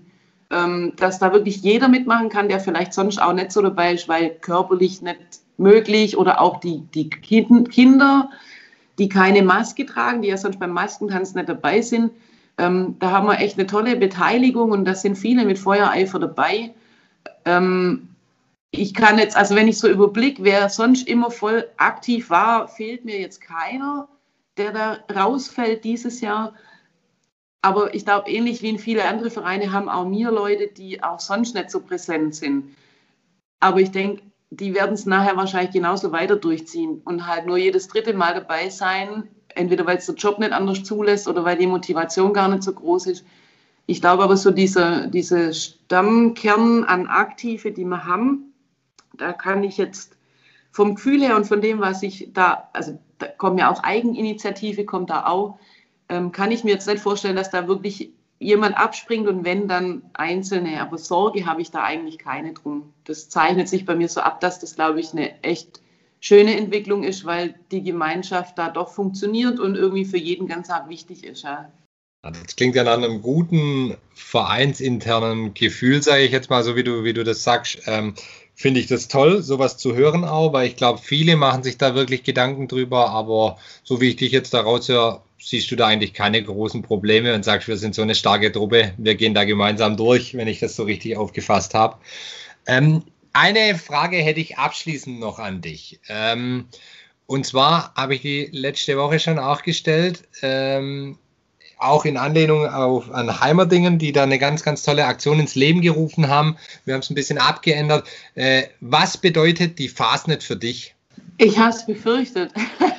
C: ähm, dass da wirklich jeder mitmachen kann, der vielleicht sonst auch nicht so dabei ist, weil körperlich nicht möglich oder auch die, die kind, Kinder, die keine Maske tragen, die ja sonst beim Maskentanz nicht dabei sind. Ähm, da haben wir echt eine tolle Beteiligung und da sind viele mit Feuereifer dabei. Ähm, ich kann jetzt, also wenn ich so überblicke, wer sonst immer voll aktiv war, fehlt mir jetzt keiner, der da rausfällt dieses Jahr. Aber ich glaube, ähnlich wie in viele andere Vereine haben auch mir Leute, die auch sonst nicht so präsent sind. Aber ich denke, die werden es nachher wahrscheinlich genauso weiter durchziehen und halt nur jedes dritte Mal dabei sein, entweder weil es der Job nicht anders zulässt oder weil die Motivation gar nicht so groß ist. Ich glaube aber so dieser diese Stammkern an Aktive, die wir haben, da kann ich jetzt vom Gefühl her und von dem, was ich da, also da kommt ja auch Eigeninitiative, kommt da auch, ähm, kann ich mir jetzt nicht vorstellen, dass da wirklich jemand abspringt und wenn, dann Einzelne. Aber Sorge habe ich da eigentlich keine drum. Das zeichnet sich bei mir so ab, dass das, glaube ich, eine echt schöne Entwicklung ist, weil die Gemeinschaft da doch funktioniert und irgendwie für jeden ganz arg wichtig ist. Ja.
B: Das klingt ja nach einem guten vereinsinternen Gefühl, sage ich jetzt mal, so wie du, wie du das sagst. Ähm, finde ich das toll, sowas zu hören auch, weil ich glaube, viele machen sich da wirklich Gedanken drüber, aber so wie ich dich jetzt da raushöre, siehst du da eigentlich keine großen Probleme und sagst, wir sind so eine starke Truppe, wir gehen da gemeinsam durch, wenn ich das so richtig aufgefasst habe. Ähm, eine Frage hätte ich abschließend noch an dich. Ähm, und zwar habe ich die letzte Woche schon auch gestellt, ähm, auch in Anlehnung auf, an Heimerdingen, die da eine ganz, ganz tolle Aktion ins Leben gerufen haben. Wir haben es ein bisschen abgeändert. Äh, was bedeutet die Fastnet für dich?
C: Ich habe es befürchtet.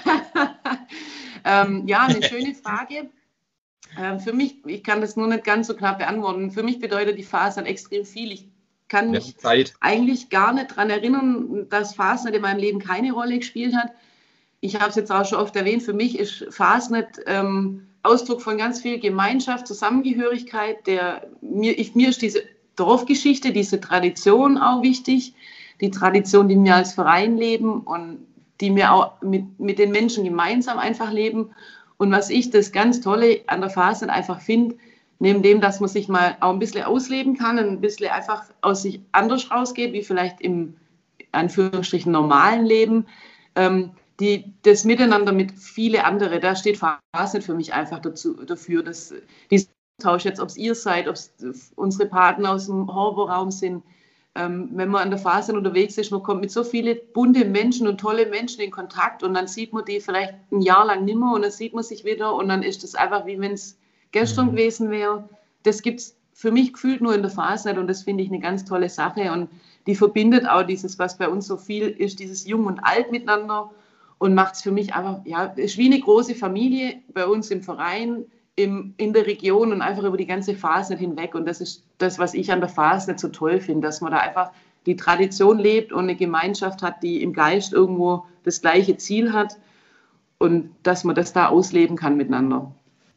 C: ähm, ja, eine schöne Frage. Ähm, für mich, ich kann das nur nicht ganz so knapp beantworten. Für mich bedeutet die Fastnet extrem viel. Ich kann mich eigentlich gar nicht daran erinnern, dass Fastnet in meinem Leben keine Rolle gespielt hat. Ich habe es jetzt auch schon oft erwähnt, für mich ist Fastnet ähm, Ausdruck von ganz viel Gemeinschaft, Zusammengehörigkeit. Der, mir, ich, mir ist diese Dorfgeschichte, diese Tradition auch wichtig. Die Tradition, die wir als Verein leben und die wir auch mit, mit den Menschen gemeinsam einfach leben. Und was ich das ganz Tolle an der Fastnet einfach finde, neben dem, dass man sich mal auch ein bisschen ausleben kann, ein bisschen einfach aus sich anders rausgeht, wie vielleicht im Anführungsstrichen normalen Leben, ähm, die, das Miteinander mit viele andere, da steht Fastnet für mich einfach dazu, dafür, dass dieser Austausch jetzt, ob es ihr seid, ob es unsere Partner aus dem Horrorraum sind, ähm, wenn man an der Fastnet unterwegs ist, man kommt mit so vielen bunte Menschen und tolle Menschen in Kontakt und dann sieht man die vielleicht ein Jahr lang nimmer und dann sieht man sich wieder und dann ist das einfach wie wenn es gestern mhm. gewesen wäre. Das gibt es für mich gefühlt nur in der Fastnet und das finde ich eine ganz tolle Sache und die verbindet auch dieses, was bei uns so viel ist, dieses Jung und Alt miteinander. Und macht es für mich einfach, ja, ist wie eine große Familie bei uns im Verein, im, in der Region und einfach über die ganze Fastnet hinweg. Und das ist das, was ich an der Fastnet so toll finde, dass man da einfach die Tradition lebt und eine Gemeinschaft hat, die im Geist irgendwo das gleiche Ziel hat und dass man das da ausleben kann miteinander.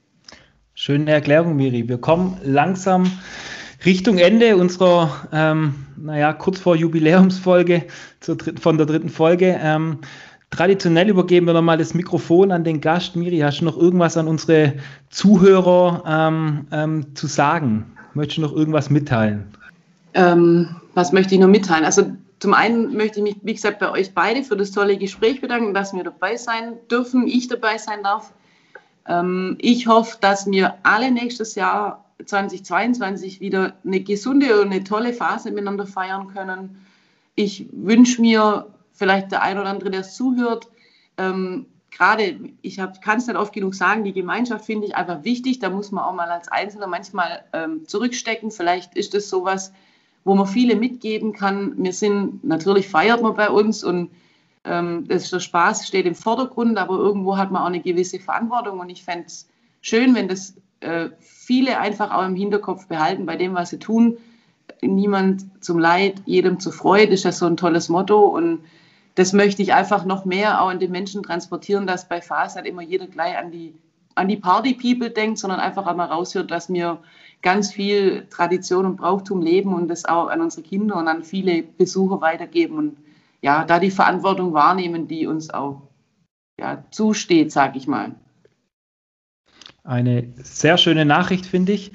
A: Schöne Erklärung, Miri. Wir kommen langsam Richtung Ende unserer, ähm, naja, kurz vor Jubiläumsfolge zur dritten, von der dritten Folge. Ähm, Traditionell übergeben wir nochmal das Mikrofon an den Gast. Miri, hast du noch irgendwas an unsere Zuhörer ähm, ähm, zu sagen? Möchtest du noch irgendwas mitteilen?
C: Ähm, was möchte ich noch mitteilen? Also zum einen möchte ich mich, wie gesagt, bei euch beide für das tolle Gespräch bedanken, dass wir dabei sein dürfen, ich dabei sein darf. Ähm, ich hoffe, dass wir alle nächstes Jahr zweitausendzweiundzwanzig wieder eine gesunde und eine tolle Phase miteinander feiern können. Ich wünsche mir, vielleicht der ein oder andere, der es zuhört, ähm, gerade, ich kann es nicht oft genug sagen, die Gemeinschaft finde ich einfach wichtig, da muss man auch mal als Einzelner manchmal ähm, zurückstecken, vielleicht ist das sowas, wo man viele mitgeben kann. Wir sind, natürlich feiert man bei uns und ähm, das, der Spaß steht im Vordergrund, aber irgendwo hat man auch eine gewisse Verantwortung und ich fände es schön, wenn das äh, viele einfach auch im Hinterkopf behalten bei dem, was sie tun. Niemand zum Leid, jedem zur Freude, ist ja so ein tolles Motto und das möchte ich einfach noch mehr auch an den Menschen transportieren, dass bei Fastnet immer jeder gleich an die, an die Party-People denkt, sondern einfach einmal raushört, dass wir ganz viel Tradition und Brauchtum leben und das auch an unsere Kinder und an viele Besucher weitergeben und ja, da die Verantwortung wahrnehmen, die uns auch ja, zusteht, sage ich mal.
A: Eine sehr schöne Nachricht, finde ich.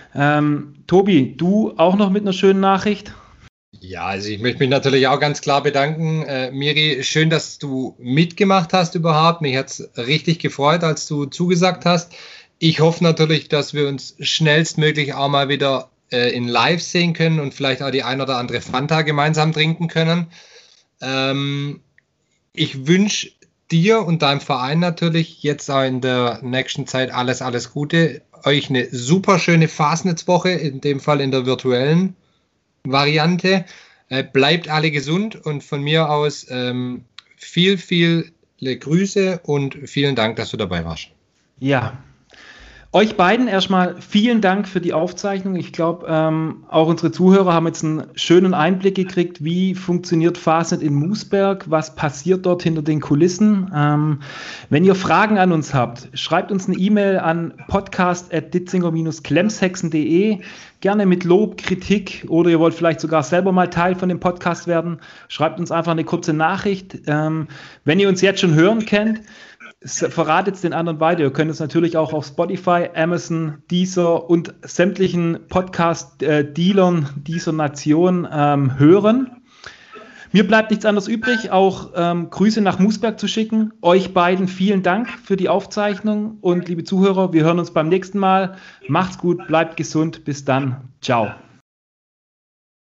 A: Ähm, Tobi, du auch noch mit einer schönen Nachricht?
B: Ja, also ich möchte mich natürlich auch ganz klar bedanken. Äh, Miri, schön, dass du mitgemacht hast überhaupt. Mich hat es richtig gefreut, als du zugesagt hast. Ich hoffe natürlich, dass wir uns schnellstmöglich auch mal wieder äh, in Live sehen können und vielleicht auch die ein oder andere Fanta gemeinsam trinken können. Ähm, ich wünsche dir und deinem Verein natürlich jetzt auch in der nächsten Zeit alles, alles Gute. Euch eine super schöne Fasnetswoche, in dem Fall in der virtuellen Variante. Äh, bleibt alle gesund und von mir aus ähm, viel, viele Grüße und vielen Dank, dass du dabei warst.
A: Ja, euch beiden erstmal vielen Dank für die Aufzeichnung. Ich glaube, ähm, auch unsere Zuhörer haben jetzt einen schönen Einblick gekriegt, wie funktioniert Fasnet in Moosberg, was passiert dort hinter den Kulissen. Ähm, wenn ihr Fragen an uns habt, schreibt uns eine E-Mail an podcast at ditzinger Bindestrich klemshexen punkt de. Gerne mit Lob, Kritik oder ihr wollt vielleicht sogar selber mal Teil von dem Podcast werden. Schreibt uns einfach eine kurze Nachricht. Ähm, wenn ihr uns jetzt schon hören kennt, verratet es den anderen weiter. Ihr könnt es natürlich auch auf Spotify, Amazon, Deezer und sämtlichen Podcast-Dealern dieser Nation ähm, hören. Mir bleibt nichts anderes übrig, auch ähm, Grüße nach Moosberg zu schicken. Euch beiden vielen Dank für die Aufzeichnung und liebe Zuhörer, wir hören uns beim nächsten Mal. Macht's gut, bleibt gesund, bis dann. Ciao.